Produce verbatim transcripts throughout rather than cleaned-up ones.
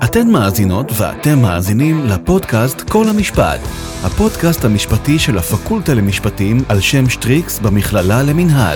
אתן מאזינות ואתם מאזינים לפודקאסט כל המשפט, הפודקאסט המשפטי של הפקולטה למשפטים על שם שטריקס במכללה למנהל.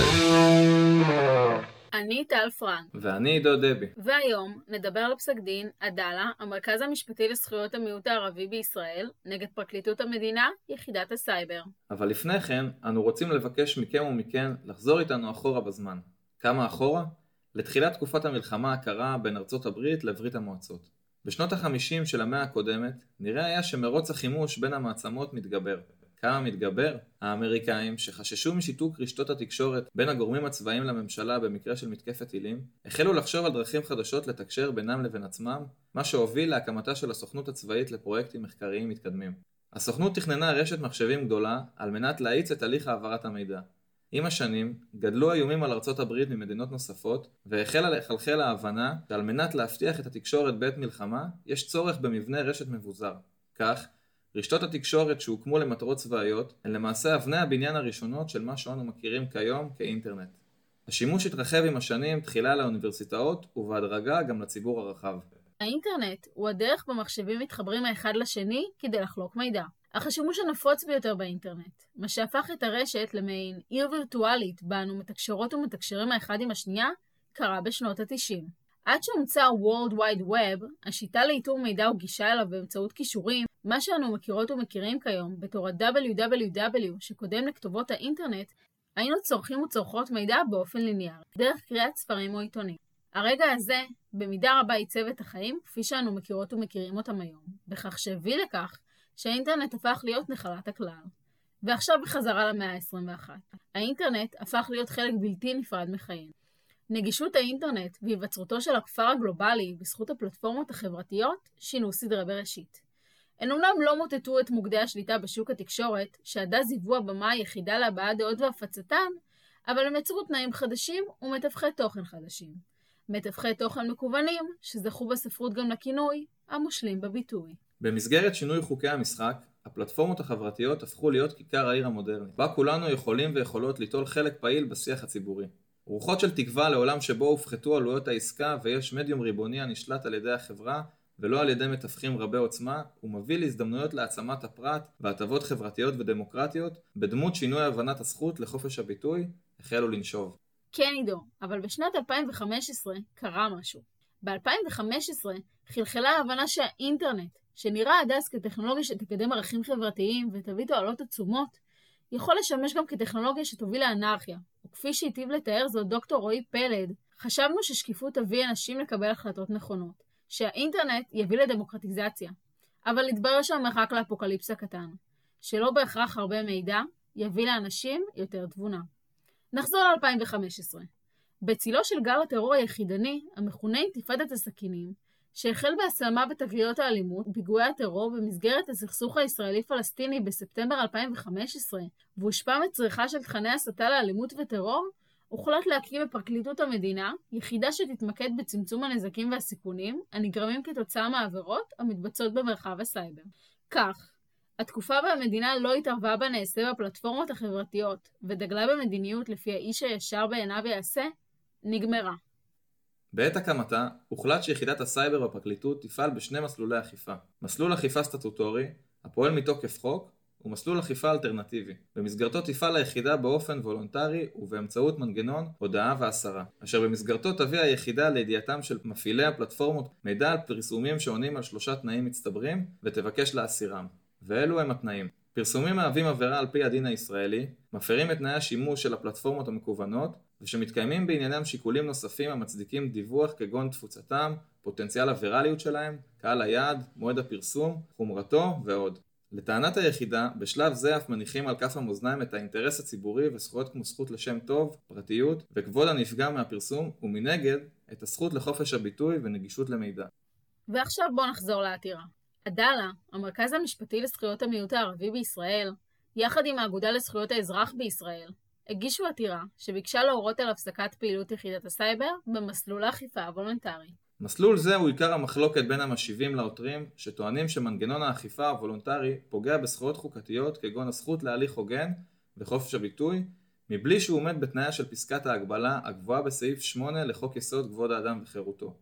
אני טל פרנק. ואני עידו דבי. והיום נדבר על פסק דין עדאלה, המרכז המשפטי לזכויות המיעוט הערבי בישראל, נגד פרקליטות המדינה, יחידת הסייבר. אבל לפני כן, אנו רוצים לבקש מכם ומכן לחזור איתנו אחורה בזמן. כמה אחורה? לתחילת תקופת המלחמה הקרה בין ארצות הברית לברית המועצות. בשנות החמישים של המאה הקודמת, נראה היה שמרוץ החימוש בין המעצמות מתגבר. כמה מתגבר? האמריקאים, שחששו משיתוק רשתות התקשורת בין הגורמים הצבאיים לממשלה במקרה של מתקפת טילים, החלו לחשוב על דרכים חדשות לתקשר בינם לבין עצמם, מה שהוביל להקמתה של הסוכנות הצבאית לפרויקטים מחקריים מתקדמים. הסוכנות תכננה רשת מחשבים גדולה על מנת להאיץ את הליך העברת המידע. עם השנים, גדלו האיומים על ארצות הברית ממדינות נוספות, והחלה לחלחל ההבנה שעל מנת להבטיח את התקשורת בעת מלחמה, יש צורך במבנה רשת מבוזר. כך, רשתות התקשורת שהוקמו למטרות צבאיות הן למעשה אבני הבניין הראשונות של מה שאנו מכירים כיום כאינטרנט. השימוש התרחב עם השנים תחילה לאוניברסיטאות ובהדרגה גם לציבור הרחב. האינטרנט הוא הדרך במחשבים מתחברים האחד לשני כדי לחלוק מידע. אך השימוש הנפוץ ביותר באינטרנט, מה שהפך את הרשת למעין עיר וירטואלית בה אנו מתקשרות ומתקשרים האחד עם השנייה, קרה בשנות ה-תשעים. עד שהומצא World Wide Web, השיטה לאיתור מידע וגישה אליו באמצעות קישורים, מה שאנו מכירות ומכירים כיום בתור ה-דאבליו דאבליו דאבליו שקודם לכתובות האינטרנט, היינו צורכים וצורכות מידע באופן ליניארי, דרך קריאת ספרים או עיתונים. הרגע הזה, במידה רבה עיצב את החיים כפי שאנו מכירות ומכירים אותם היום, בכך שהביא לכך שהאינטרנט הפך להיות נחלת הכלל. ועכשיו בחזרה למאה ה-עשרים ואחת. האינטרנט הפך להיות חלק בלתי נפרד מחיינו. נגישות האינטרנט והיווצרותו של הכפר הגלובלי בזכות הפלטפורמות החברתיות שינו סדרי בראשית. הן אומנם לא מוטטו את מוקדי השליטה בשוק התקשורת, שעדה זיוו הבמה היחידה להבעת דעות והפצתן, אבל הם יצרו תנאים חדשים ומתווכי תוכן חדשים. מתווכי תוכן מקוונים שזכו בספרות גם לכינוי המושלים בביטוי. במסגרת שינוי חוקי המשחק, הפלטפורמות החברתיות הפכו להיות כיכר העיר המודרנית, בה כולנו יכולים ויכולות ליטול חלק פעיל בשיח הציבורי. רוחות של תקווה לעולם שבו הופחתו עלויות העסקה ויש מדיום ריבוני הנשלט על ידי החברה ולא על ידי מתווכים רבי עוצמה, הוא מביא להזדמנויות להעצמת הפרט והטבות חברתיות ודמוקרטיות בדמות שינוי הבנת הזכות לחופש הביטוי, החלו לנשוב. כן עידו, אבל בשנת אלפיים וחמש עשרה קרה משהו. ב-אלפיים וחמש עשרה חלחלה ההבנה שהאינטרנט, שנראה עד אז כטכנולוגיה שתקדם ערכים חברתיים ותביא תועלות עצומות, יכול לשמש גם כטכנולוגיה שתוביל לאנרכיה, וכפי שהיטיב לתאר זאת דוקטור רועי פלד, חשבנו ששקיפות תביא אנשים לקבל החלטות נכונות, שהאינטרנט יביא לדמוקרטיזציה, אבל התברר שהמרחק לאפוקליפסה קטן, שלא בהכרח הרבה מידע יביא לאנשים יותר תבונה. נחזור ל-אלפיים וחמש עשרה. בצילו של גל הטרור היחידני, המכונה אינתיפאדת הסכינים, שהחל בהסלמה בתקריות האלימות ופיגועי הטרור במסגרת הסכסוך הישראלי-פלסטיני בספטמבר אלפיים וחמש עשרה, והושפע מצריכה של תכני הסתה לאלימות וטרור, הוחלט להקים בפרקליטות המדינה יחידה שתתמקד בצמצום הנזקים והסיכונים הנגרמים כתוצאה מהעבירות המתבצעות במרחב הסייבר. כך, התקופה בה המדינה לא התערבה בנעשה בפלטפורמות החברתיות ודגלה במדיניות לפי האיש הישר בעיניו יעשה, נגמרה. בעת הקמתה, הוחלט שיחידת הסייבר בפרקליטות תפעל בשני מסלולי אכיפה. מסלול אכיפה סטטוטורי, הפועל מתוקף חוק, ומסלול אכיפה אלטרנטיבי. במסגרתו תפעל היחידה באופן וולונטרי ובאמצעות מנגנון הודעה והסרה, אשר במסגרתו תביא היחידה לידיעתם של מפעילי הפלטפורמות מידע על פרסומים שעונים על שלושה תנאים מצטברים ותבקש להסירם. ואלו הם התנאים. פרסומים מהווים עבירה על פי הדין הישראלי, מפרים את תנאי השימוש של הפלטפורמות המקוונות, ושמתקיימים בעניינם שיקולים נוספים המצדיקים דיווח כגון תפוצתם, פוטנציאל הווירליות שלהם, קהל היעד, מועד הפרסום, חומרתו ועוד. לטענת היחידה, בשלב זה אף מניחים על כף המאזניים את האינטרס הציבורי וזכויות כמו זכות לשם טוב, פרטיות וכבוד הנפגע מהפרסום, ומנגד את הזכות לחופש הביטוי ונגישות למידע. ועכשיו בוא נחזור לעתירה. עדאלה, המרכז המשפטי לזכויות המיעוט הערבי בישראל, יחד עם האגודה לזכויות האזרח בישראל, הגישו עתירה שביקשה להורות על הפסקת פעילות יחידת הסייבר במסלול האכיפה הוולונטרי. מסלול זה הוא עיקר המחלוקת בין המשיבים לעותרים, שטוענים שמנגנון האכיפה הוולונטרי פוגע בזכויות חוקתיות כגון הזכות להליך הוגן וחופש הביטוי, מבלי שהוא עומד בתנאיה של פסקת ההגבלה הגבוהה בסעיף שמונה לחוק יסוד כבוד האדם וחירותו.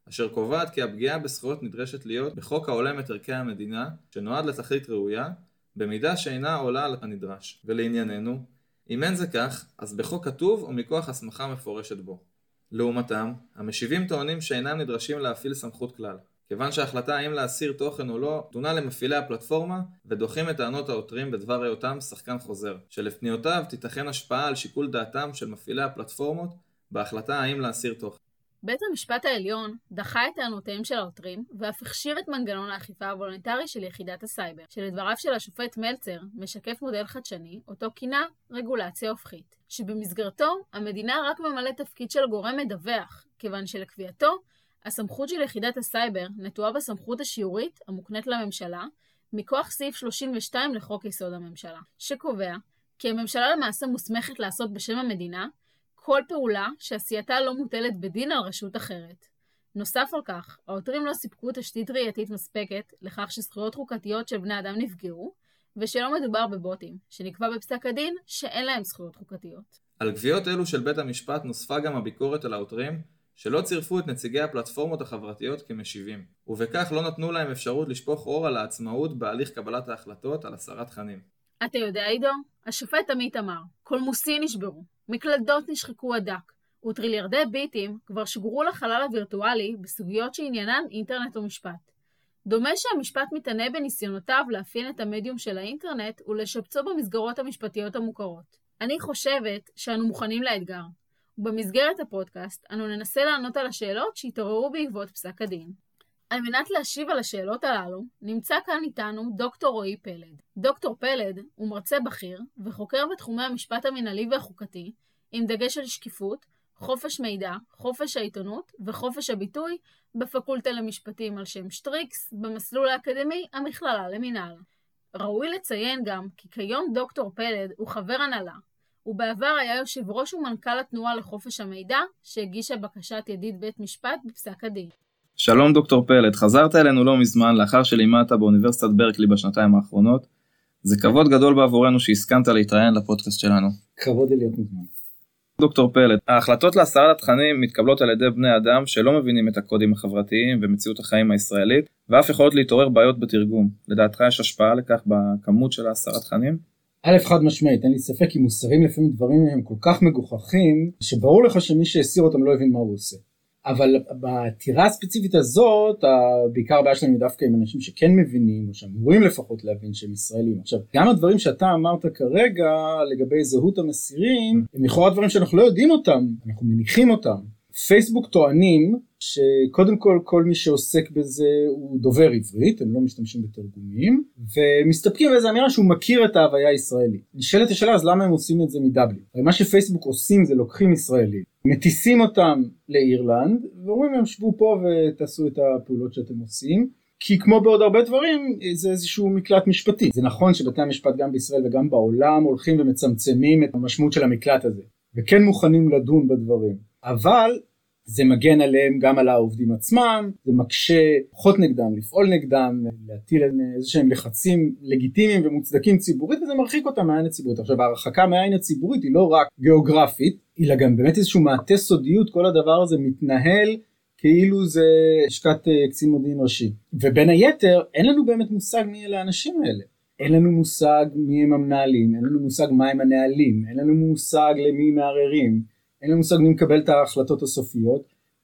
אשר קובעת כי הפגיעה בזכויות נדרשת להיות בחוק ההולם את ערכי המדינה, שנועד לתכלית ראויה, במידה שאינה עולה על הנדרש. ולענייננו, אם אין זה כך, אז בחוק כתוב ומכוח הסמכה מפורשת בו. לעומתם, המשיבים טוענים שאינם נדרשים להפעיל סמכות כלל, כיוון שההחלטה האם להסיר תוכן או לא תונה למפעילי הפלטפורמה, ודוחים את טענות העותרים בדבר היותם שחקן חוזר, שלפניותיו תיתכן השפעה על שיקול דעתם של מפעילי הפלטפורמות בהחלטה האם להסיר תוכן. בית המשפט העליון דחה את טענותיהם של העותרים, ואף הכשיר את מנגנון האכיפה הוולונטרי של יחידת הסייבר, שלדבריו של השופט מלצר משקף מודל חדשני, אותו כינה רגולציה הופכית, שבמסגרתו המדינה רק ממלאת תפקיד של גורם מדווח, כיוון שלקביעתו הסמכות של יחידת הסייבר נטועה בסמכות השיורית המוקנית לממשלה, מכוח סעיף שלושים ושתיים לחוק יסוד הממשלה, שקובע כי הממשלה למעשה מוסמכת לעשות בשם המדינה כל פעולה שעשייתה לא מוטלת בדין על רשות אחרת. נוסף על כך, העותרים לא סיפקו תשתית ראייתית מספקת לכך שזכויות חוקתיות של בני אדם נפגעו, ושלא מדובר בבוטים, שנקבע בפסק הדין שאין להם זכויות חוקתיות. על קביעות אלו של בית המשפט נוספה גם הביקורת על העותרים, שלא צירפו את נציגי הפלטפורמות החברתיות כמשיבים, ובכך לא נתנו להם אפשרות לשפוך אור על העצמאות בהליך קבלת ההחלטות על הסרת תכנים. אתה יודע, עידו? השופט עמית אמר, קולמוסים נשברו, מקלדות נשחקו הדק, וטריליארדי ביטים כבר שוגרו לחלל הווירטואלי בסוגיות שעניינן אינטרנט ומשפט. דומה שהמשפט מתענה בניסיונותיו לאפיין את המדיום של האינטרנט ולשבצו במסגרות המשפטיות המוכרות. אני חושבת שאנו מוכנים לאתגר. ובמסגרת הפודקאסט, אנו ננסה לענות על השאלות שהתעוררו בעקבות פסק הדין. על מנת להשיב על השאלות הללו, נמצא כאן איתנו דוקטור רועי פלד. דוקטור פלד הוא מרצה בכיר וחוקר בתחומי המשפט המנהלי והחוקתי, עם דגש על שקיפות, חופש מידע, חופש העיתונות וחופש הביטוי בפקולטה למשפטים על שם שטריקס, במסלול האקדמי המכללה למינהל. ראוי לציין גם כי כיום דוקטור פלד הוא חבר הנהלה, ובעבר היה יושב ראש ומנכ"ל התנועה לחופש המידע, שהגישה בקשת ידיד בית משפט בפסק הדין. שלום דוקטור פלד, חזרת אלינו לא מזמן לאחר שלימדת באוניברסיטת ברקלי בשנתיים האחרונות. זה כבוד גדול בעבורנו שהסכמת להתראיין לפודקאסט שלנו. כבוד להיות מזמן. דוקטור פלד, ההחלטות להסרת התכנים מתקבלות על ידי בני אדם שלא מבינים את הקודים החברתיים ומציאות החיים הישראלית, ואף יכולות להתעורר בעיות בתרגום. לדעתך יש השפעה לכך בכמות של הסרת תכנים? א' חד משמעית, אין לי ספק כי מוסרים לפעמים דברים הם כל כך מגוחכים, שברור לך שמי שהסיר אותם לא הבין מה הוא עושה. אבל בטירה הספציפית הזאת, בעיקר הבעיה שלנו דווקא עם אנשים שכן מבינים, או שאמורים לפחות להבין שהם ישראלים. עכשיו, גם הדברים שאתה אמרת כרגע לגבי זהות המסירים, הם לכאורה דברים שאנחנו לא יודעים אותם, אנחנו מניחים אותם. פייסבוק טוענים שקודם כל כל מי שעוסק בזה הוא דובר עברית, הם לא משתמשים בתרגומים, ומסתפקים באיזו אמירה שהוא מכיר את ההוויה הישראלית. נשאלת השאלה, אז למה הם עושים את זה מ-W? מה שפייסבוק עושים זה לוקחים ישראלים, מטיסים אותם לאירלנד, ואומרים להם שבו פה ותעשו את הפעולות שאתם עושים, כי כמו בעוד הרבה דברים זה איזשהו מקלט משפטי. זה נכון שבתי המשפט גם בישראל וגם בעולם הולכים ומצמצמים את המשמעות של המקלט הזה, וכן מוכנים לדון בדברים. אבל זה מגן עליהם גם על העובדים עצמם, זה מקשה פחות נגדם, לפעול נגדם, להטיל איזה שהם לחצים לגיטימיים ומוצדקים ציבורית, וזה מרחיק אותם מהעין הציבורית. עכשיו, ההרחקה מהעין הציבורית היא לא רק גיאוגרפית, אלא גם באמת איזשהו מעטה סודיות, כל הדבר הזה מתנהל כאילו זה לשכת קצין מודיעין ראשי. ובין היתר, אין לנו באמת מושג מי אלה האנשים האלה. אין לנו מושג מי הם המנהלים, אין לנו מושג מה הם הנהלים, אין לנו מושג למי מערערים, אין לנו מושג מי מקבל את ההחלטות הסופיות,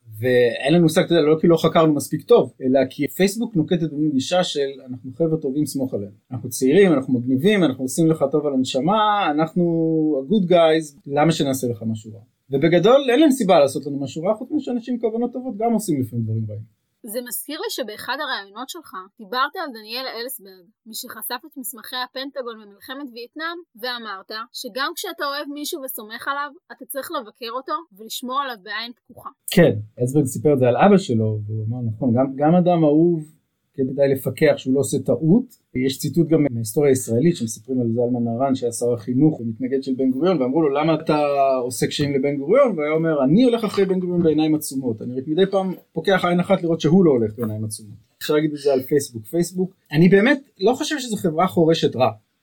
ואין לנו מושג, לא כי לא חקרנו מספיק טוב, אלא כי פייסבוק נוקטת בגישה של אנחנו חבר'ה טובים, סמוך עליהם. אנחנו צעירים, אנחנו מגניבים, אנחנו עושים לך טוב על הנשמה, אנחנו ה-good guys, למה שנעשה לך משהו רע? ובגדול אין להם סיבה לעשות לנו משהו רע, חוץ משאנשים כוונות טובות גם עושים לפעמים דברים רעים. זה מזכיר לי שבאחד הראיונות שלך דיברת על דניאל אלסברג, מי שחשף את מסמכי הפנטגון במלחמת וייטנאם, ואמרת שגם כשאתה אוהב מישהו וסומך עליו, אתה צריך לבקר אותו ולשמור עליו בעין פקוחה. כן, אלסברג סיפר את זה על אבא שלו, והוא אמר נכון, גם, גם אדם אהוב כדאי לפקח שהוא לא עושה טעות. יש ציטוט גם מההיסטוריה הישראלית שמספרים על זלמן ארן שהיה שר החינוך ומתנגד של בן גוריון, ואמרו לו למה אתה עושה קשיים לבן גוריון, והוא אומר אני הולך אחרי בן גוריון בעיניים עצומות, אני רק מדי פעם פוקח עין אחת לראות שהוא לא הולך בעיניים עצומות. אפשר להגיד את זה על פייסבוק. פייסבוק, אני באמת לא חושב שזו חברה חורשת רע,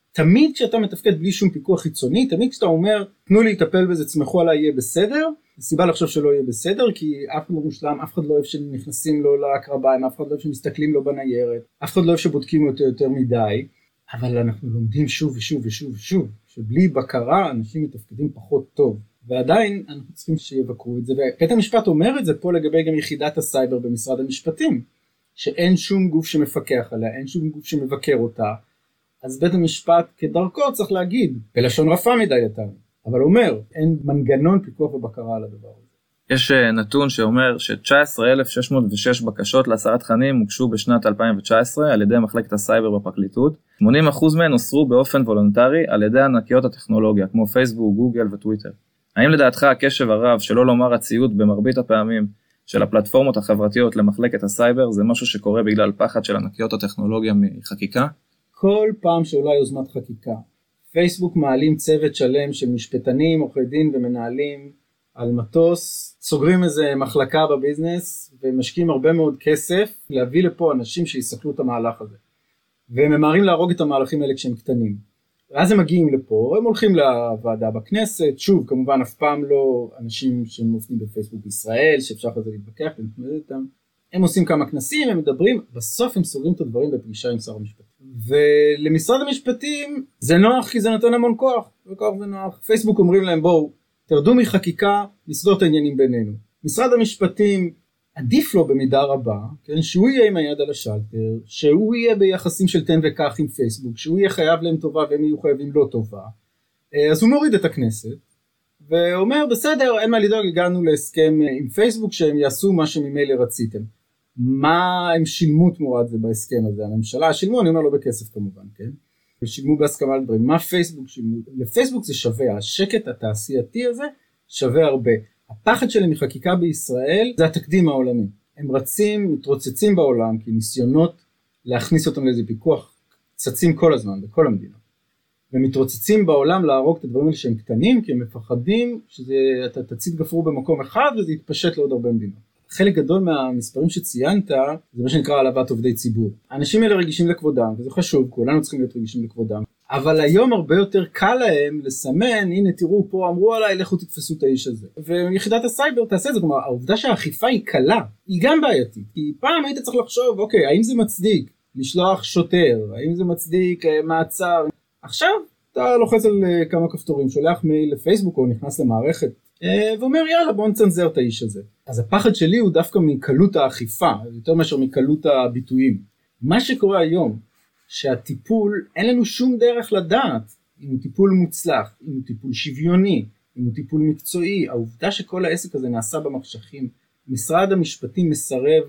תמיד כשאתה מתפקד בלי שום פיקוח חיצוני, תמיד כשאתה אומר, תנו לי לטפל בזה, צמחו עליי, יהיה בסדר, הסיבה לחשוב שלא יהיה בסדר, כי אף אחד לא מושלם, אף אחד לא אוהב שנכנסים לו להקרביים, אף אחד לא אוהב שמסתכלים לו בניירת, אף אחד לא אוהב שבודקים אותו יותר מדי, אבל אנחנו לומדים שוב ושוב ושוב ושוב, שבלי בקרה אנשים מתפקדים פחות טוב, ועדיין אנחנו צריכים שיבקרו את זה, ובית המשפט אומר את זה פה לגבי גם יחידת הסייבר במשרד המשפטים, שאין שום גוף שמפקח עליה, אין שום גוף שמבקר אותה, אז בית המשפט כדרכו צריך להגיד, בלשון רפה מדי לטעמי, אבל אומר, אין מנגנון פיקוח ובקרה על הדבר הזה. יש נתון שאומר ש-תשע עשרה אלף שש מאות ושש בקשות להסרת תכנים הוגשו בשנת אלפיים תשע עשרה על ידי מחלקת הסייבר בפרקליטות, שמונים אחוז מהן הוסרו באופן וולונטרי על ידי ענקיות הטכנולוגיה, כמו פייסבוק, גוגל וטוויטר. האם לדעתך הקשב הרב, שלא לומר הציות במרבית הפעמים של הפלטפורמות החברתיות למחלקת הסייבר, זה משהו שקורה בגלל פחד של ענקיות הטכנולוגיה מחקיקה? כל פעם שעולה יוזמת חקיקה, פייסבוק מעלים צוות שלם של משפטנים, עורכי דין ומנהלים על מטוס, סוגרים איזה מחלקה בביזנס ומשקיעים הרבה מאוד כסף להביא לפה אנשים שיסכלו את המהלך הזה. והם ממהרים להרוג את המהלכים האלה כשהם קטנים. ואז הם מגיעים לפה, הם הולכים לוועדה בכנסת, שוב כמובן אף פעם לא אנשים שמופנים בפייסבוק בישראל, שאפשר כזה להתווכח ולהתמודד איתם. הם עושים כמה כנסים, הם מדברים, בסוף הם סוגרים את הדברים בפגישה עם שר המשפטים. ולמשרד המשפטים זה נוח כי זה נותן המון כוח, וכוח זה נוח. פייסבוק אומרים להם בואו, תרדו מחקיקה, לסגור את העניינים בינינו. משרד המשפטים עדיף לו במידה רבה, כן, שהוא יהיה עם היד על השלטר, שהוא יהיה ביחסים של תן וכך עם פייסבוק, שהוא יהיה חייב להם טובה והם יהיו חייבים לא טובה. אז הוא מוריד את הכנסת, ואומר בסדר, אין מה לדאוג, הגענו להסכם עם פייסבוק שהם יעשו מה שממילא רציתם. מה הם שילמו תמורת זה בהסכם הזה? הממשלה שילמו, אני אומר לא בכסף כמובן, כן? ושילמו בהסכמה על דברים. מה פייסבוק שילמו? לפייסבוק זה שווה, השקט התעשייתי הזה שווה הרבה. הפחד שלהם מחקיקה בישראל זה התקדים העולמי. הם רצים, מתרוצצים בעולם, כי ניסיונות להכניס אותם לאיזה פיקוח צצים כל הזמן, בכל המדינה. ומתרוצצים בעולם להרוג את הדברים האלה שהם קטנים, כי הם מפחדים שאתה תציד גפרור במקום אחד וזה יתפשט לעוד הרבה מדינות. חלק גדול מהמספרים שציינת, זה מה שנקרא העלבת עובדי ציבור. האנשים האלה רגישים לכבודם, וזה חשוב, כולנו צריכים להיות רגישים לכבודם. אבל היום הרבה יותר קל להם לסמן, הנה תראו פה אמרו עליי, לכו תתפסו את האיש הזה. ויחידת הסייבר תעשה את זה, כלומר, העובדה שהאכיפה היא קלה, היא גם בעייתית. כי פעם היית צריך לחשוב, אוקיי, האם זה מצדיק לשלוח שוטר, האם זה מצדיק מעצר. עכשיו אתה לוחץ על כמה כפתורים, שולח מייל לפייסבוק או נכנס למערכת, ואומר יאללה בוא נצנזר את האיש הזה. אז הפחד שלי הוא דווקא מקלות האכיפה, יותר מאשר מקלות הביטויים. מה שקורה היום, שהטיפול, אין לנו שום דרך לדעת אם הוא טיפול מוצלח, אם הוא טיפול שוויוני, אם הוא טיפול מקצועי. העובדה שכל העסק הזה נעשה במחשכים, משרד המשפטים מסרב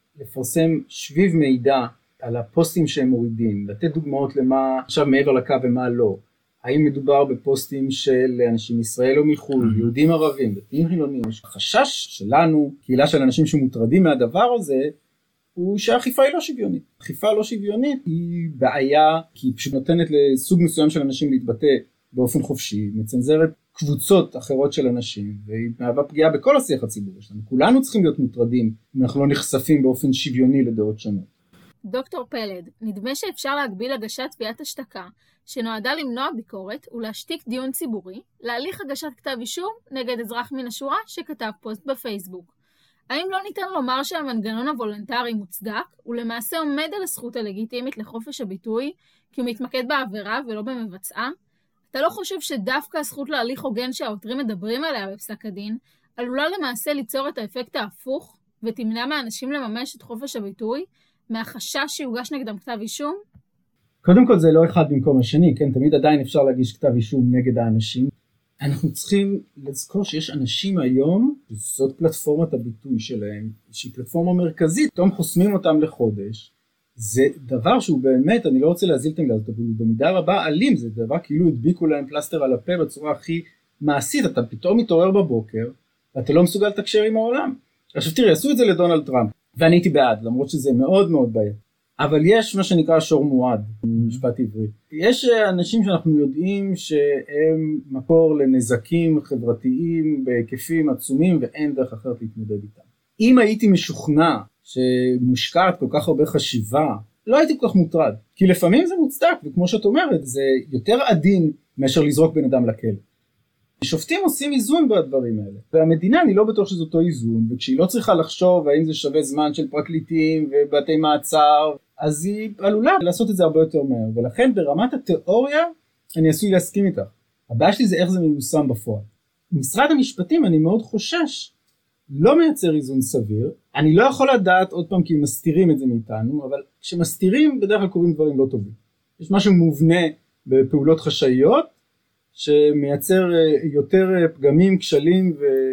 לפרסם שביב מידע על הפוסטים שהם מורידים, לתת דוגמאות למה עכשיו מעבר לקו ומה לא. האם מדובר בפוסטים של אנשים ישראל או מחו"ל, יהודים ערבים, דתיים חילונים. החשש שלנו, קהילה של אנשים שמוטרדים מהדבר הזה, הוא שהאכיפה היא לא שוויונית. אכיפה לא שוויונית היא בעיה, כי היא פשוט נותנת לסוג מסוים של אנשים להתבטא באופן חופשי, מצנזרת קבוצות אחרות של אנשים, והיא מהווה פגיעה בכל השיח הציבורי שלנו. כולנו צריכים להיות מוטרדים אם אנחנו לא נחשפים באופן שוויוני לדעות שונות. דוקטור פלד, נדמה שאפשר להגביל הגשת תביעת השתקה, שנועדה למנוע ביקורת ולהשתיק דיון ציבורי, להליך הגשת כתב אישום נגד אזרח מן השורה שכתב פוסט בפייסבוק. האם לא ניתן לומר שהמנגנון הוולונטרי מוצדק, ולמעשה עומד על הזכות הלגיטימית לחופש הביטוי, כי הוא מתמקד בעבירה ולא במבצעה? אתה לא חושב שדווקא הזכות להליך הוגן שהעותרים מדברים עליה בפסק הדין, עלולה למעשה ליצור את האפקט ההפוך, ותמנע מאנשים לממש את חופש הביטוי, מהחשש שיוגש נגדם כתב אישום? קודם כל זה לא אחד במקום השני, כן? תמיד עדיין אפשר להגיש כתב אישום נגד האנשים. אנחנו צריכים לזכור שיש אנשים היום, זאת פלטפורמת הביטוי שלהם, שהיא פלטפורמה מרכזית, פתאום חוסמים אותם לחודש. זה דבר שהוא באמת, אני לא רוצה להזיל את המילה הזאת, אבל הוא במידה רבה אלים, זה דבר כאילו הדביקו להם פלסטר על הפה בצורה הכי מעשית, אתה פתאום מתעורר בבוקר, ואתה לא מסוגל לתקשר עם העולם. עכשיו תראי, עשו את זה לדונלד טראמפ, ואני הייתי בעד, למרות שזה מאוד מאוד בעיה. אבל יש מה שנקרא שור מועד, משפט עברי. יש אנשים שאנחנו יודעים שהם מקור לנזקים חברתיים בהיקפים עצומים, ואין דרך אחרת להתמודד איתם. אם הייתי משוכנע שמושקעת כל כך הרבה חשיבה לא הייתי כל כך מוטרד, כי לפעמים זה מוצדק, וכמו שאת אומרת, זה יותר עדין מאשר לזרוק בן אדם לכלא. שופטים עושים איזון בדברים האלה, והמדינה אני לא בטוח שזה אותו איזון, וכשהיא לא צריכה לחשוב האם זה שווה זמן של פרקליטים ובתי מעצר, אז היא עלולה לעשות את זה הרבה יותר מהר, ולכן ברמת התיאוריה אני עשוי להסכים איתך. הבעיה שלי זה איך זה מיושם בפועל. משרד המשפטים אני מאוד חושש, לא מייצר איזון סביר, אני לא יכול לדעת עוד פעם כי מסתירים את זה מאיתנו, אבל כשמסתירים בדרך כלל קוראים דברים לא טובים. יש משהו מובנה בפעולות חשאיות, שמייצר יותר פגמים, כשלים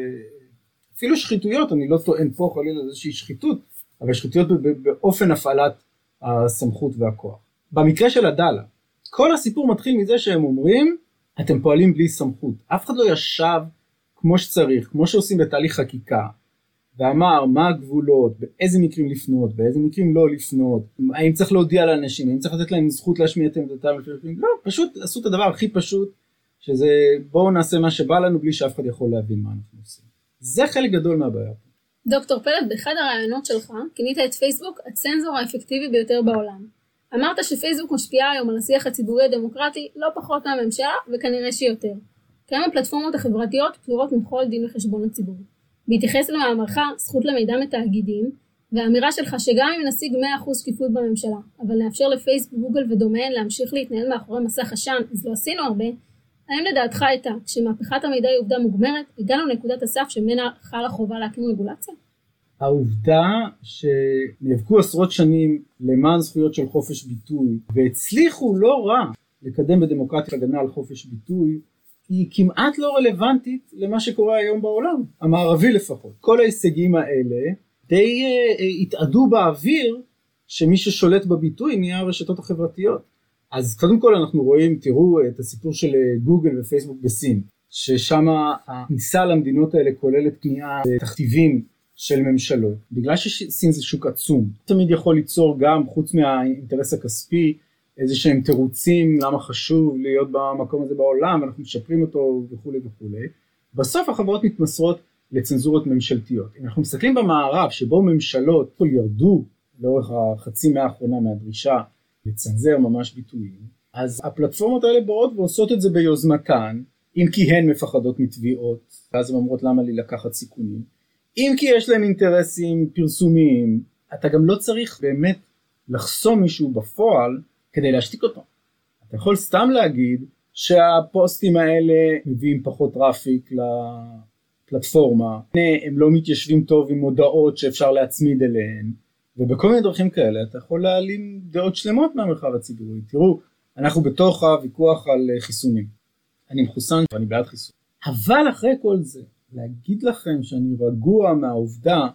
ואפילו שחיתויות, אני לא טוען פה חלילה איזושהי שחיתות, אבל שחיתויות באופן הפעלת הסמכות והכוח. במקרה של הדלה, כל הסיפור מתחיל מזה שהם אומרים, אתם פועלים בלי סמכות. אף אחד לא ישב כמו שצריך, כמו שעושים בתהליך חקיקה, ואמר מה הגבולות, באיזה מקרים לפנות, באיזה מקרים לא לפנות, האם צריך להודיע לאנשים, האם צריך לתת להם זכות להשמיע את עמדתם, לא, פשוט עשו את הדבר הכי פשוט, שזה בואו נעשה מה שבא לנו בלי שאף אחד יכול להבין מה אנחנו עושים. זה חלק גדול מהבעיה. דוקטור פלד, באחד הרעיונות שלך כינית את פייסבוק הצנזור האפקטיבי ביותר בעולם. אמרת שפייסבוק משפיעה היום על השיח הציבורי הדמוקרטי לא פחות מהממשלה וכנראה שיותר. כמה הפלטפורמות החברתיות פטורות מכל דין וחשבון הציבור. בהתייחס למאמרך זכות למידע מתאגידים, והאמירה שלך שגם אם נשיג מאה אחוז שקיפות בממשלה, אבל נאפשר לפייסבוק, גוגל ודומיין להמשיך להתנהל מאחורי מסך עשן, אז לא עשינו הרבה, האם לדעתך הייתה, כשמהפכת המידע היא עובדה מוגמרת, הגענו לנקודת הסף שממנה חלה חובה להקים רגולציה? העובדה שנאבקו עשרות שנים למען זכויות של חופש ביטוי, והצליחו לא רע לקדם בדמוקרטיה הגנה על חופש ביטוי, היא כמעט לא רלוונטית למה שקורה היום בעולם, המערבי לפחות. כל ההישגים האלה די uh, התעדו באוויר שמי ששולט בביטוי נהיה הרשתות החברתיות. אז קודם כל אנחנו רואים, תראו את הסיפור של גוגל ופייסבוק בסין, ששם הכניסה למדינות האלה כוללת כניעה תכתיבים של ממשלות. בגלל שסין זה שוק עצום, תמיד יכול ליצור גם חוץ מהאינטרס הכספי, איזה שהם תירוצים למה חשוב להיות במקום הזה בעולם, ואנחנו משפרים אותו וכו' וכו'. בסוף החברות מתמסרות לצנזורות ממשלתיות. אם אנחנו מסתכלים במערב שבו ממשלות כל ירדו לאורך החצי מאה האחרונה מהדרישה לצנזר ממש ביטויים, אז הפלטפורמות האלה באות ועושות את זה ביוזמתן, אם כי הן מפחדות מתביעות, ואז הן אומרות למה לי לקחת סיכונים, אם כי יש להם אינטרסים פרסומיים, אתה גם לא צריך באמת לחסום מישהו בפועל כדי להשתיק אותו. אתה יכול סתם להגיד שהפוסטים האלה מביאים פחות טראפיק לפלטפורמה, הם לא מתיישבים טוב עם מודעות שאפשר להצמיד אליהן, ובכל מיני דרכים כאלה אתה יכול להעלים דעות שלמות מהמרחב הציבורי. תראו, אנחנו בתוך הוויכוח על חיסונים. אני מחוסן ואני בעד חיסון. אבל אחרי כל זה, להגיד לכם שאני רגוע מהעובדה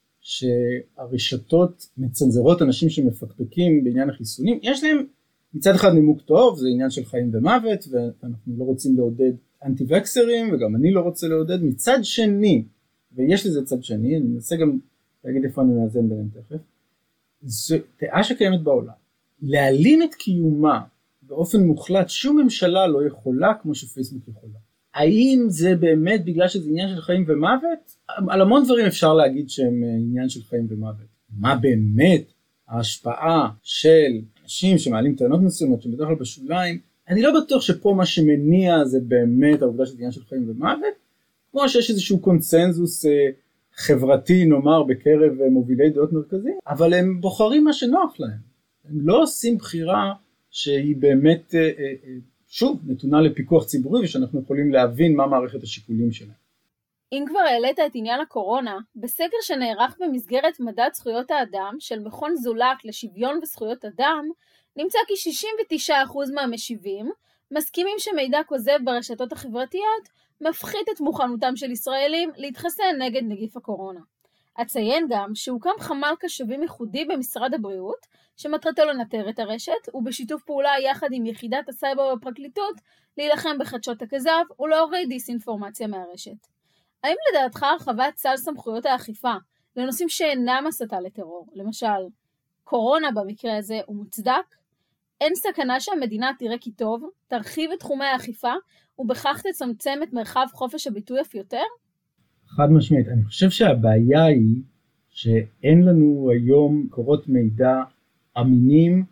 שהרשתות מצנזרות אנשים שמפקפקים בעניין החיסונים, יש להם מצד אחד נימוק טוב, זה עניין של חיים ומוות, ואנחנו לא רוצים לעודד אנטי-וקסרים, וגם אני לא רוצה לעודד. מצד שני, ויש לזה צד שני, אני מנסה גם להגיד איפה אני מאזן ביניהם תכף, זו דעה שקיימת בעולם. להעלים את קיומה באופן מוחלט, שום ממשלה לא יכולה כמו שפייסבוק יכולה. האם זה באמת בגלל שזה עניין של חיים ומוות? על המון דברים אפשר להגיד שהם עניין של חיים ומוות. מה באמת ההשפעה של אנשים שמעלים טענות מסוימות שבדרך כלל בשוליים? אני לא בטוח שפה מה שמניע זה באמת העובדה שזה עניין של חיים ומוות, כמו שיש איזשהו קונצנזוס חברתי נאמר בקרב מובילי דעות מרכזיים, אבל הם בוחרים מה שנוח להם. הם לא עושים בחירה שהיא באמת שוב, נתונה לפיקוח ציבורי, ושאנחנו יכולים להבין מה מערכת השיקולים שלהם. אם כבר העלית את עניין הקורונה, בסקר שנערך במסגרת מדד זכויות האדם של מכון זולת לשוויון וזכויות אדם, נמצא כי שישים ותשעה אחוז מהמשיבים מסכימים שמידע כוזב ברשתות החברתיות מפחית את מוכנותם של ישראלים להתחסן נגד נגיף הקורונה. אציין גם שהוקם חמ"ל קשבים ייחודי במשרד הבריאות, שמטרתו לנטר את הרשת, ובשיתוף פעולה יחד עם יחידת הסייבר בפרקליטות, להילחם בחדשות הכזב ולהוריד דיסאינפורמציה מהרשת. האם לדעתך הרחבת סל סמכויות האכיפה לנושאים שאינם הסתה לטרור, למשל קורונה במקרה הזה, הוא מוצדק? אין סכנה שהמדינה תראה כי טוב, תרחיב את תחומי האכיפה, ובכך תצמצם את מרחב חופש הביטוי אף יותר? חד משמעית, אני חושב שהבעיה היא שאין לנו היום קורות מידע אמינים,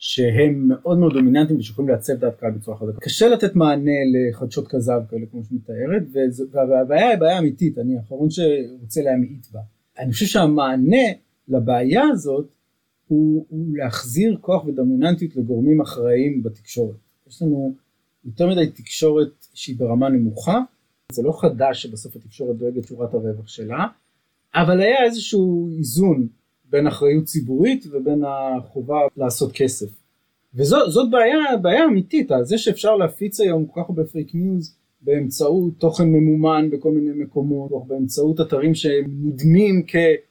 שהם מאוד מאוד דומיננטיים ושיכולים לעצב דעת קהל בצורה חזקה. קשה לתת מענה לחדשות כזב כאלה כמו שמתארת, והבעיה היא בעיה אמיתית, אני האחרון שרוצה להמעיט בה. אני חושב שהמענה לבעיה הזאת הוא, הוא להחזיר כוח ודומיננטיות לגורמים אחראיים בתקשורת. יש לנו יותר מדי תקשורת שהיא ברמה נמוכה, זה לא חדש שבסוף התקשורת דואגת שורת הרווח שלה, אבל היה איזשהו איזון בין אחריות ציבורית ובין החובה לעשות כסף. וזאת בעיה, בעיה אמיתית, זה שאפשר להפיץ היום כל כך הרבה פייק ניוז באמצעות תוכן ממומן בכל מיני מקומות, או באמצעות אתרים שנדמים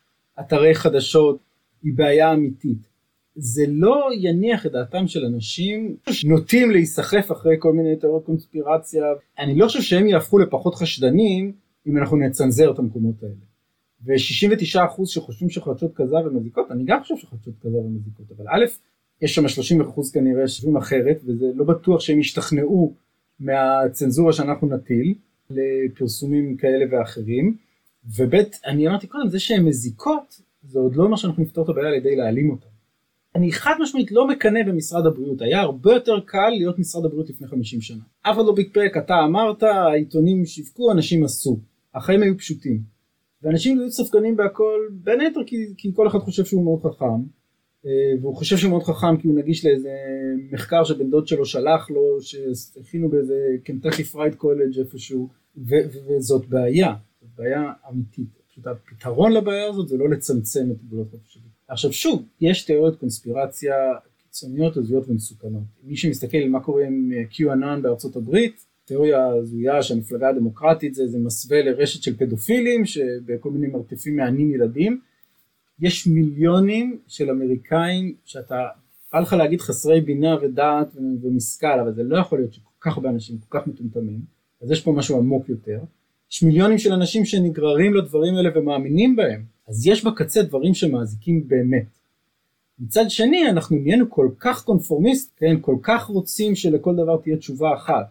כאתרי חדשות, היא בעיה אמיתית. זה לא יניח את דעתם של אנשים שנוטים להיסחף אחרי כל מיני תיאוריות קונספירציה. אני לא חושב שהם יהפכו לפחות חשדנים אם אנחנו נצנזר את המקומות האלה. ו-שישים ותשעה אחוז שחושבים שחדשות כזב ומזיקות, אני גם חושב שחדשות כזב ומזיקות, אבל א', יש שם שלושים אחוז כנראה שחושבים אחרת, וזה לא בטוח שהם ישתכנעו מהצנזורה שאנחנו נטיל לפרסומים כאלה ואחרים, וב', אני אמרתי קודם, זה שהן מזיקות, זה עוד לא מה שאנחנו נפתור את הבעיה על ידי להעלים אותם. אני חד משמעית לא מקנה במשרד הבריאות, היה הרבה יותר קל להיות משרד הבריאות לפני חמישים שנה. אף אחד לא ביקפק, אתה אמרת, העיתונים שיווקו, אנשים עשו, החיים היו פשוטים. ואנשים היו ספקנים בהכל, בין היתר כי, כי כל אחד חושב שהוא מאוד חכם, והוא חושב שהוא מאוד חכם כי הוא נגיש לאיזה מחקר שבן דוד שלו שלח לו, שהכינו באיזה קנטקי פרייד קולג' איפשהו, ו- וזאת בעיה, זאת בעיה אמיתית. פשוט הפתרון לבעיה הזאת זה לא לצמצם את גבולות חופש הביטוי. עכשיו שוב, יש תיאוריות קונספירציה קיצוניות, הזויות ומסוכנות. מי שמסתכל על מה קורה עם QAnon בארצות הברית, תיאוריה הזויה שהמפלגה הדמוקרטית זה, זה מסווה לרשת של פדופילים שבכל מיני מרתפים מענים ילדים. יש מיליונים של אמריקאים שאתה בא לך להגיד חסרי בינה ודעת ומשכל, אבל זה לא יכול להיות שכל כך הרבה אנשים כל כך מטומטמים, אז יש פה משהו עמוק יותר. יש מיליונים של אנשים שנגררים לדברים האלה ומאמינים בהם, אז יש בקצה דברים שמעזיקים באמת. מצד שני אנחנו נהיינו כל כך קונפורמיסט, כן, כל כך רוצים שלכל דבר תהיה תשובה אחת,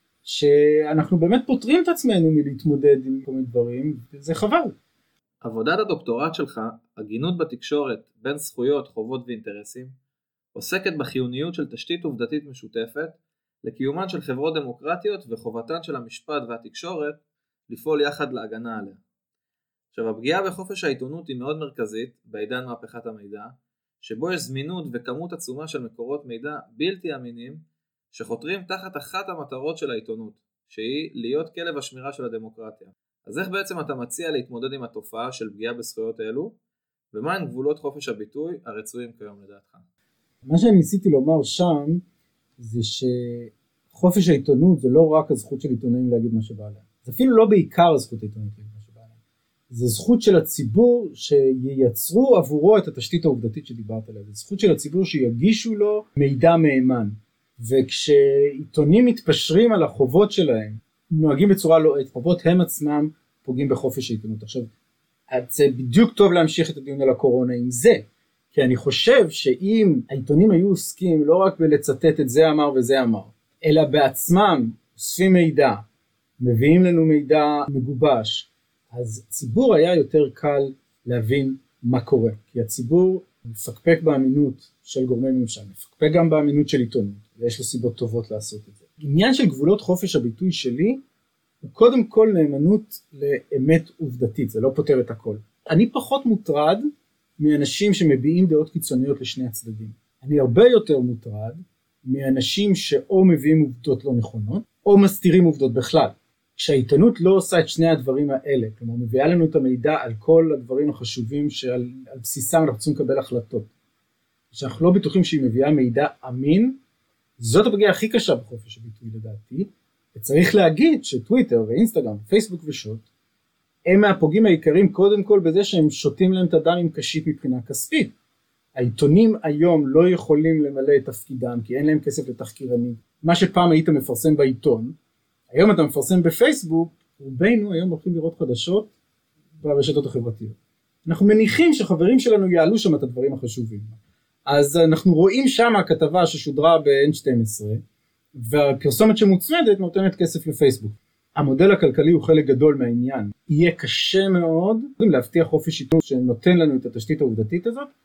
שאנחנו באמת פותרים את עצמנו מלהתמודד עם כל מיני דברים, וזה חבל. עבודת הדוקטורט שלך, הגינות בתקשורת בין זכויות, חובות ואינטרסים, עוסקת בחיוניות של תשתית עובדתית משותפת, לקיומן של חברות דמוקרטיות וחובתן של המשפט והתקשורת לפעול יחד להגנה עליה. עכשיו, הפגיעה בחופש העיתונות היא מאוד מרכזית בעידן מהפכת המידע, שבו יש זמינות וכמות עצומה של מקורות מידע בלתי אמינים, שחותרים תחת אחת המטרות של העיתונות, שהיא להיות כלב השמירה של הדמוקרטיה. אז איך בעצם אתה מציע להתמודד עם התופעה של פגיעה בזכויות אלו, ומה הן גבולות חופש הביטוי הרצויים כיום לדעתך? מה שאני ניסיתי לומר שם, זה שחופש העיתונות זה לא רק הזכות של עיתונאים להגיד מה שבא להם. זה אפילו לא בעיקר הזכות העיתונית להגיד מה שבא להם. זה זכות של הציבור שייצרו עבורו את התשתית העובדתית שדיברת עליה. זה זכות של הציבור שיגישו לו מידע מהימן. וכשעיתונים מתפשרים על החובות שלהם, נוהגים בצורה לא אתית, חובות הם עצמם פוגעים בחופש העיתונות. עכשיו, זה בדיוק טוב להמשיך את הדיון על הקורונה עם זה, כי אני חושב שאם העיתונים היו עוסקים לא רק בלצטט את זה אמר וזה אמר, אלא בעצמם אוספים מידע, מביאים לנו מידע מגובש, אז הציבור היה יותר קל להבין מה קורה, כי הציבור מפקפק באמינות של גורמי ממשל, מפקפק גם באמינות של עיתונות, ויש לו סיבות טובות לעשות את זה. עניין של גבולות חופש הביטוי שלי, הוא קודם כל נאמנות לאמת עובדתית, זה לא פותר את הכל. אני פחות מוטרד מאנשים שמביעים דעות קיצוניות לשני הצדדים. אני הרבה יותר מוטרד מאנשים שאו מביאים עובדות לא נכונות, או מסתירים עובדות בכלל. כשהעיתונות לא עושה את שני הדברים האלה, כלומר מביאה לנו את המידע על כל הדברים החשובים שעל על בסיסם אנחנו צריכים לקבל החלטות. שאנחנו לא בטוחים שהיא מביאה מידע אמין, זאת הפגיעה הכי קשה בחופש הביטוי לדעתי, וצריך להגיד שטוויטר ואינסטגרם, פייסבוק ושוט, הם מהפוגעים העיקריים קודם כל בזה שהם שותים להם את הדם עם קשית מבחינה כספית. העיתונים היום לא יכולים למלא את תפקידם, כי אין להם כסף לתחקירנים. מה שפעם היית מפרסם בעיתון, היום אתה מפרסם בפייסבוק, רובנו היום הולכים לראות חדשות ברשתות החברתיות. אנחנו מניחים שחברים שלנו יעלו שם את הדברים החשובים. אז אנחנו רואים שם הכתבה ששודרה ב-אן שתים עשרה, והפרסומת שמוצמדת נותנת כסף לפייסבוק. המודל הכלכלי הוא חלק גדול מהעניין. יהיה קשה מאוד להבטיח חופש עיתונות שנותן לנו את התשתית העובדתית הזאת,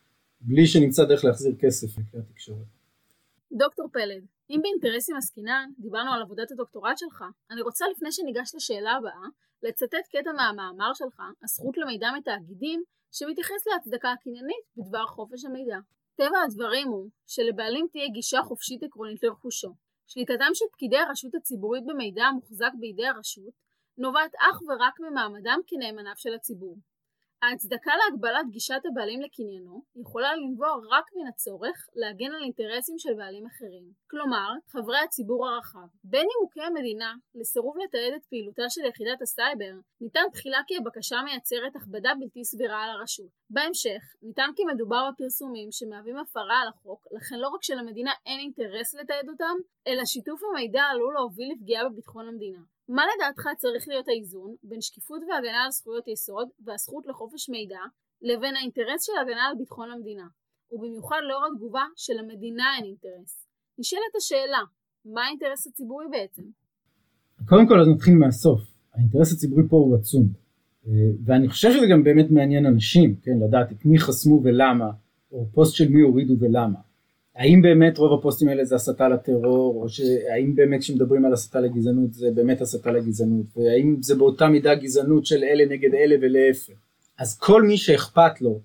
בלי שנמצא דרך להחזיר כסף לכלי התקשורת. דוקטור פלד, אם באינטרסים עסקינן דיברנו על עבודת הדוקטורט שלך, אני רוצה לפני שניגש לשאלה הבאה, לצטט קטע מהמאמר שלך, הזכות למידע מתאגידים, שמתייחס להצדקה הקניינית בדבר חופש המידע. טבע הדברים הוא שלבעלים תהיה גישה חופשית עקרונית לרכושו. שליטתם של פקידי הרשות הציבורית במידע המוחזק בידי הרשות, נובעת אך ורק ממעמדם כנאמניו של הציבור. ההצדקה להגבלת גישת הבעלים לקניינו יכולה לנבוע רק מן הצורך להגן על אינטרסים של בעלים אחרים. כלומר, חברי הציבור הרחב. בין נימוקי המדינה לסירוב לתעד את פעילותה של יחידת הסייבר, ניתן תחילה כי הבקשה מייצרת הכבדה בלתי סבירה על הרשות. בהמשך, ניתן כי מדובר בפרסומים שמהווים הפרה על החוק, לכן לא רק שלמדינה אין אינטרס לתעד אותם, אלא שיתוף המידע עלול להוביל לפגיעה בביטחון המדינה. מה לדעתך צריך להיות האיזון בין שקיפות והגנה על זכויות יסוד והזכות לחופש מידע לבין האינטרס של הגנה על ביטחון המדינה, ובמיוחד לאור התגובה של המדינה אין אינטרס? נשאלת השאלה, מה האינטרס הציבורי בעצם? קודם כל אז נתחיל מהסוף. האינטרס הציבורי פה הוא עצום, ואני חושב שזה גם באמת מעניין אנשים, כן, לדעת את מי חסמו ולמה, או פוסט של מי הורידו ולמה. האם באמת רוב הפוסטים האלה זה הסתה לטרור, או שהאם באמת כשמדברים על הסתה לגזענות זה באמת הסתה לגזענות, והאם זה באותה מידה גזענות של אלה נגד אלה ולהפך. אז כל מי שאכפת לו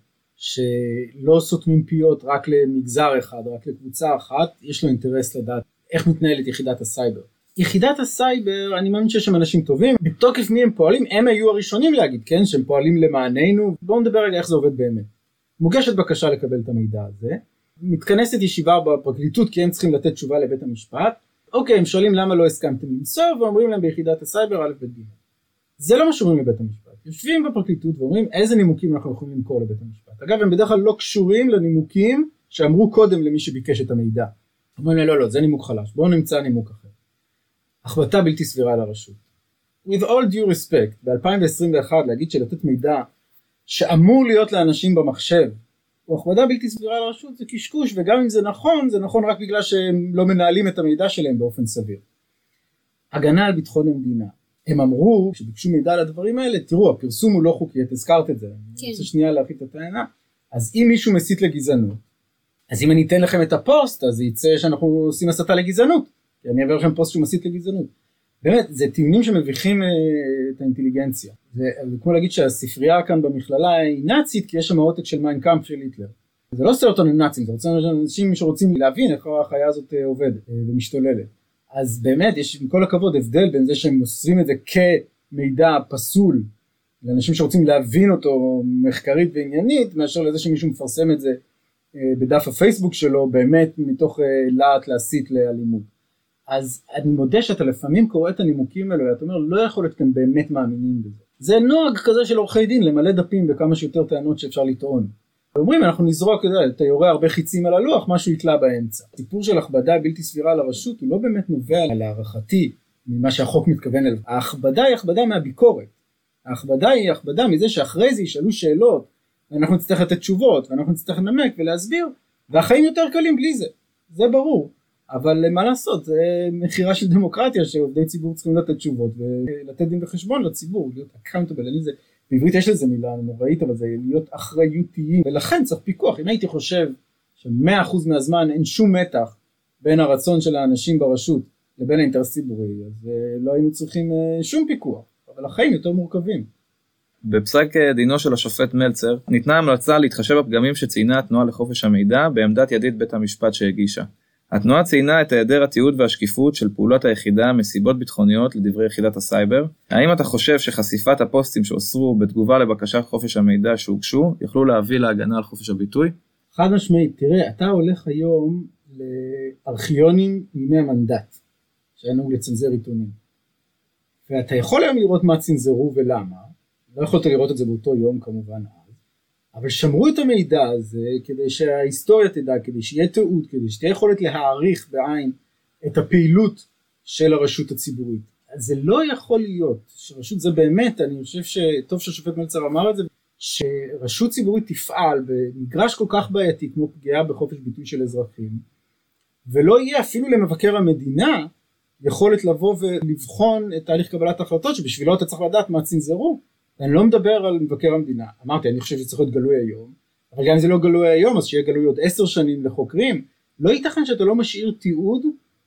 שלא סותמים פיות רק למגזר אחד, רק לקבוצה אחת, יש לו אינטרס לדעת איך מתנהלת יחידת הסייבר. יחידת הסייבר, אני מאמין שיש שם אנשים טובים, בתוקף מי הם פועלים, הם היו הראשונים להגיד, כן, שהם פועלים למעננו. בואו נדבר רגע איך זה עובד באמת. מוגשת בקשה לקבל את המידע הזה, מתכנסת ישיבה בפרקליטות כי הם צריכים לתת תשובה לבית המשפט. אוקיי, הם שואלים למה לא הסכמתם למסור, ואומרים להם ביחידת הסייבר א' ב' ג'. זה לא מה שאומרים לבית המשפט. יושבים בפרקליטות ואומרים איזה נימוקים אנחנו יכולים למכור לבית המשפט. אגב, הם בדרך כלל לא קשורים לנימוקים שאמרו קודם למי שביקש את המידע. אומרים לא, לא, זה נימוק חלש, בואו נמצא נימוק אחר. החלטה בלתי סבירה לרשות. With all due respect, ב-אלפיים עשרים ואחת להגיד שלתת מידע שאמור להיות לאנשים במחשב, או הכבדה בלתי סבירה לרשות, זה קשקוש, וגם אם זה נכון, זה נכון רק בגלל שהם לא מנהלים את המידע שלהם באופן סביר. הגנה על ביטחון המדינה. הם אמרו, שביקשו מידע על הדברים האלה, תראו, הפרסום הוא לא חוקי, את הזכרת את זה. כן. אני רוצה שנייה להכין את הטענה. אז אם מישהו מסית לגזענות, אז אם אני אתן לכם את הפוסט, אז זה יצא שאנחנו עושים הסתה לגזענות. כי אני אעבר לכם פוסט שהוא מסית לגזענות. באמת, זה טיעונים שמביכים אה, את האינטליגנציה. זה כמו להגיד שהספרייה כאן במכללה היא נאצית, כי יש שם עותק של מיין קאמפף של היטלר. זה לא עושה אותנו נאצים, זה רוצה אנשים שרוצים להבין איך החיה הזאת עובדת אה, ומשתוללת. אז באמת, יש עם כל הכבוד הבדל בין זה שהם מוסרים את זה כמידע פסול, לאנשים שרוצים להבין אותו מחקרית ועניינית, מאשר לזה שמישהו מפרסם את זה אה, בדף הפייסבוק שלו, באמת מתוך אה, להט להסית לאלימות. אז אני מודה שאתה לפעמים קורא את הנימוקים האלו, ואתה אומר, לא יכול להיות שאתם באמת מאמינים בזה. זה נוהג כזה של עורכי דין, למלא דפים בכמה שיותר טענות שאפשר לטעון. ואומרים, אנחנו נזרוק, אתה יורה הרבה חיצים על הלוח, משהו יתלה באמצע. הסיפור של הכבדה בלתי סבירה לרשות, הוא לא באמת נובע על הערכתי, ממה שהחוק מתכוון אליו. ההכבדה היא הכבדה מהביקורת. ההכבדה היא הכבדה מזה שאחרי זה ישאלו שאלות, ואנחנו נצטרך לתת תשובות, ואנחנו נצטרך לנמק ולהסביר, והחיים יותר קלים בלי זה. זה ברור. אבל מה לעשות, זה מחירה של דמוקרטיה שעובדי ציבור צריכים לתת תשובות ולתת דין וחשבון לציבור, להיות accountable. זה, בעברית יש לזה מילה נוראית, אבל זה להיות אחריותיים, ולכן צריך פיקוח. אם הייתי חושב ש-מאה אחוז מהזמן אין שום מתח בין הרצון של האנשים ברשות לבין האינטרס ציבורי, אז לא היינו צריכים שום פיקוח, אבל החיים יותר מורכבים. בפסק דינו של השופט מלצר ניתנה המלצה להתחשב בפגמים שציינה התנועה לחופש המידע בעמדת ידיד בית המשפט שהגישה. התנועה ציינה את היעדר התיעוד והשקיפות של פעולות היחידה מסיבות ביטחוניות לדברי יחידת הסייבר. האם אתה חושב שחשיפת הפוסטים שאוסרו בתגובה לבקשת חופש המידע שהוגשו יכלו להביא להגנה על חופש הביטוי? חד משמעית, תראה, אתה הולך היום לארכיונים מימי המנדט, שהיינו לצנזר עיתונים. ואתה יכול היום לראות מה צנזרו ולמה, לא יכולת לראות את זה באותו יום כמובן, אבל שמרו את המידע הזה כדי שההיסטוריה תדע, כדי שיהיה תיעוד, כדי שתהיה יכולת להעריך בעין את הפעילות של הרשות הציבורית. אז זה לא יכול להיות שרשות, זה באמת, אני חושב שטוב שהשופט מלצר אמר את זה, שרשות ציבורית תפעל במגרש כל כך בעייתי כמו פגיעה בחופש ביטוי של אזרחים, ולא יהיה אפילו למבקר המדינה יכולת לבוא ולבחון את תהליך קבלת ההחלטות, שבשבילו אתה צריך לדעת מה צנזרו. אני לא מדבר על מבקר המדינה, אמרתי, אני חושב שצריך להיות גלוי היום, אבל גם אם זה לא גלוי היום, אז שיהיה גלוי עוד עשר שנים לחוקרים. לא ייתכן שאתה לא משאיר תיעוד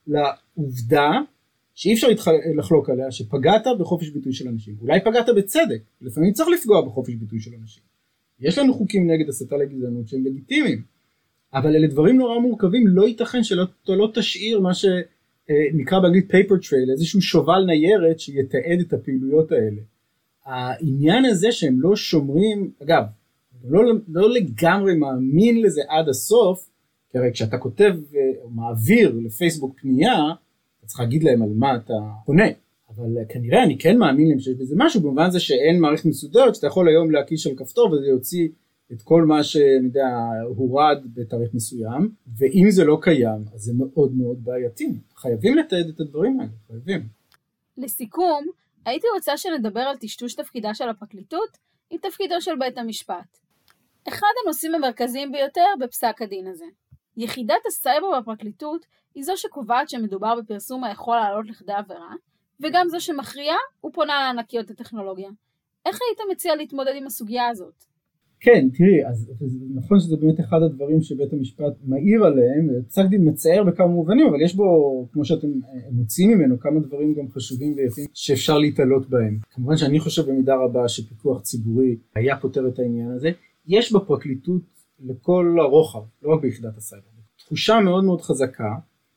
לעובדה שאי אפשר לחלוק עליה, שפגעת בחופש ביטוי של אנשים. אולי פגעת בצדק, לפעמים צריך לפגוע בחופש ביטוי של אנשים. יש לנו חוקים נגד הסתה לגזענות שהם לגיטימיים, אבל אלה דברים נורא מורכבים. לא ייתכן שלא לא תשאיר מה שנקרא באנגלית paper trail, איזשהו שובל ניירת שיתעד את הפעילויות האלה. העניין הזה שהם לא שומרים, אגב, לא, לא לגמרי מאמין לזה עד הסוף, כי הרי כשאתה כותב או מעביר לפייסבוק פנייה, אתה צריך להגיד להם על מה אתה פונה. אבל כנראה אני כן מאמין להם שיש בזה משהו, במובן זה שאין מערכת מסודרת, שאתה יכול היום להקיש על כפתור וזה יוציא את כל מה שאני יודע, הורד בתאריך מסוים, ואם זה לא קיים, אז זה מאוד מאוד בעייתי. חייבים לתעד את הדברים האלה, חייבים. לסיכום, הייתי רוצה שנדבר על טשטוש תפקידה של הפרקליטות עם תפקידו של בית המשפט. אחד הנושאים המרכזיים ביותר בפסק הדין הזה. יחידת הסייבר בפרקליטות היא זו שקובעת שמדובר בפרסום היכול לעלות לכדי עבירה, וגם זו שמכריעה ופונה לענקיות הטכנולוגיה. איך היית מציע להתמודד עם הסוגיה הזאת? כן, תראי, אז נכון שזה באמת אחד הדברים שבית המשפט מעיר עליהם, פסק דין מצער בכמה מובנים, אבל יש בו, כמו שאתם מוצאים ממנו, כמה דברים גם חשובים ויפים שאפשר להתעלות בהם. כמובן שאני חושב במידה רבה שפיקוח ציבורי היה פותר את העניין הזה. יש בפרקליטות לכל הרוחב, לא רק ביחידת הסייבר, תחושה מאוד מאוד חזקה,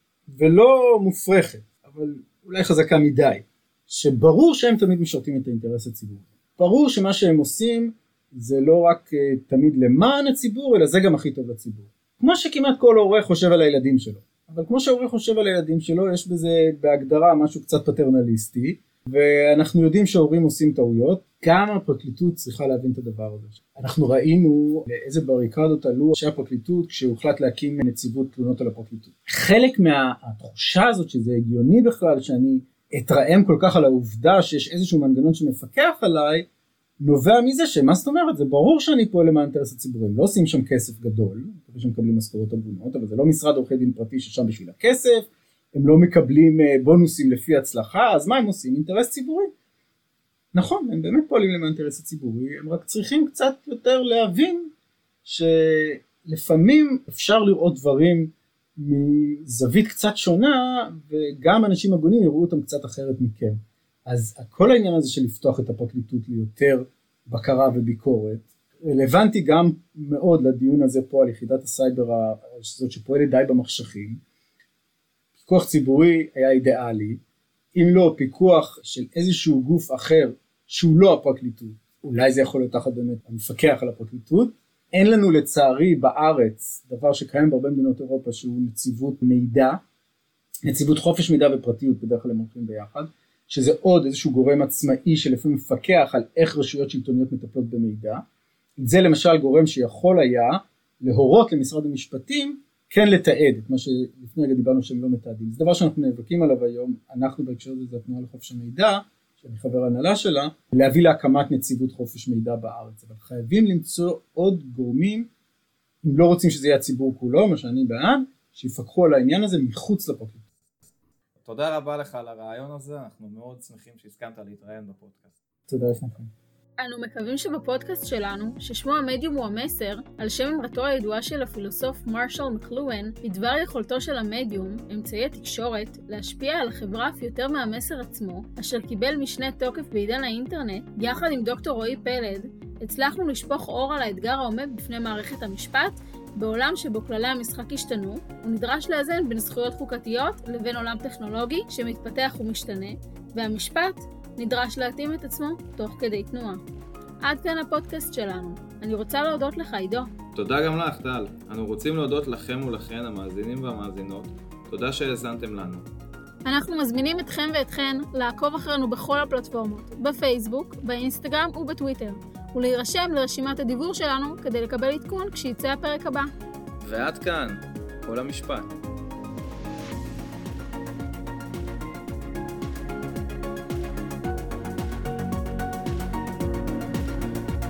ולא מופרכת, אבל אולי חזקה מדי, שברור שהם תמיד משרתים את האינטרס הציבורי. ברור שמה שהם עושים זה לא רק uh, תמיד למען הציבור, אלא זה גם הכי טוב לציבור. כמו שכמעט כל הורה חושב על הילדים שלו. אבל כמו שההורה חושב על הילדים שלו, יש בזה בהגדרה משהו קצת פטרנליסטי, ואנחנו יודעים שההורים עושים טעויות, גם הפרקליטות צריכה להבין את הדבר הזה. אנחנו ראינו לאיזה בריקדות עלו אנשי הפרקליטות כשהוחלט להקים נציבות תלונות על הפרקליטות. חלק מהתחושה הזאת שזה הגיוני בכלל, שאני אתרעם כל כך על העובדה שיש איזשהו מנגנון שמפקח עליי, נובע מזה שמה זאת אומרת, זה ברור שאני פועל למען האינטרס הציבורי, הם לא עושים שם כסף גדול, כפי שמקבלים משכורות הגונות, אבל זה לא משרד עורכי דין פרטי ששם בשביל הכסף, הם לא מקבלים בונוסים לפי הצלחה, אז מה הם עושים? אינטרס ציבורי. נכון, הם באמת פועלים למען האינטרס הציבורי, הם רק צריכים קצת יותר להבין שלפעמים אפשר לראות דברים מזווית קצת שונה, וגם אנשים הגונים יראו אותם קצת אחרת מכם. אז כל העניין הזה של לפתוח את הפרקליטות ליותר בקרה וביקורת, רלוונטי גם מאוד לדיון הזה פה על יחידת הסייבר הזאת שפועלת די במחשכים. פיקוח ציבורי היה אידיאלי, אם לא פיקוח של איזשהו גוף אחר שהוא לא הפרקליטות, אולי זה יכול להיות תחת באמת המפקח על הפרקליטות. אין לנו לצערי בארץ דבר שקיים בהרבה מדינות אירופה שהוא נציבות מידע, נציבות חופש מידע ופרטיות, בדרך כלל הם הולכים ביחד, שזה עוד איזשהו גורם עצמאי שלפעמים מפקח על איך רשויות שלטוניות מטפלות במידע. זה למשל גורם שיכול היה להורות למשרד המשפטים כן לתעד את מה שלפני רגע דיברנו שהם לא מתעדים. זה דבר שאנחנו נאבקים עליו היום, אנחנו בהקשר הזה זה התנועה לחופש המידע, שאני חבר הנהלה שלה, להביא להקמת נציבות חופש מידע בארץ. אבל חייבים למצוא עוד גורמים, אם לא רוצים שזה יהיה הציבור כולו, מה שאני בעד, שיפקחו על העניין הזה מחוץ לפרקליטות. תודה רבה לך על הרעיון הזה, אנחנו מאוד שמחים שהסכמת להתראיין בפודקאסט. תודה לכם. אנו מקווים שבפודקאסט שלנו, ששמו המדיום הוא המסר, על שם אמרתו הידועה של הפילוסוף מרשל מקלואן, בדבר יכולתו של המדיום, אמצעי התקשורת, להשפיע על החברה אף יותר מהמסר עצמו, אשר קיבל משנה תוקף בעידן האינטרנט, יחד עם דוקטור רועי פלד, הצלחנו לשפוך אור על האתגר העומד בפני מערכת המשפט, בעולם שבו כללי המשחק השתנו, הוא נדרש לאזן בין זכויות חוקתיות לבין עולם טכנולוגי שמתפתח ומשתנה, והמשפט נדרש להתאים את עצמו תוך כדי תנועה. עד כאן הפודקאסט שלנו. אני רוצה להודות לך, עידו. תודה גם לך, טל. אנו רוצים להודות לכם ולכן, המאזינים והמאזינות. תודה שהאזנתם לנו. אנחנו מזמינים אתכם ואתכן לעקוב אחרינו בכל הפלטפורמות, בפייסבוק, באינסטגרם ובטוויטר, ולהירשם לרשימת הדיוור שלנו כדי לקבל עדכון כשיצא הפרק הבא. ועד כאן, כל המשפט.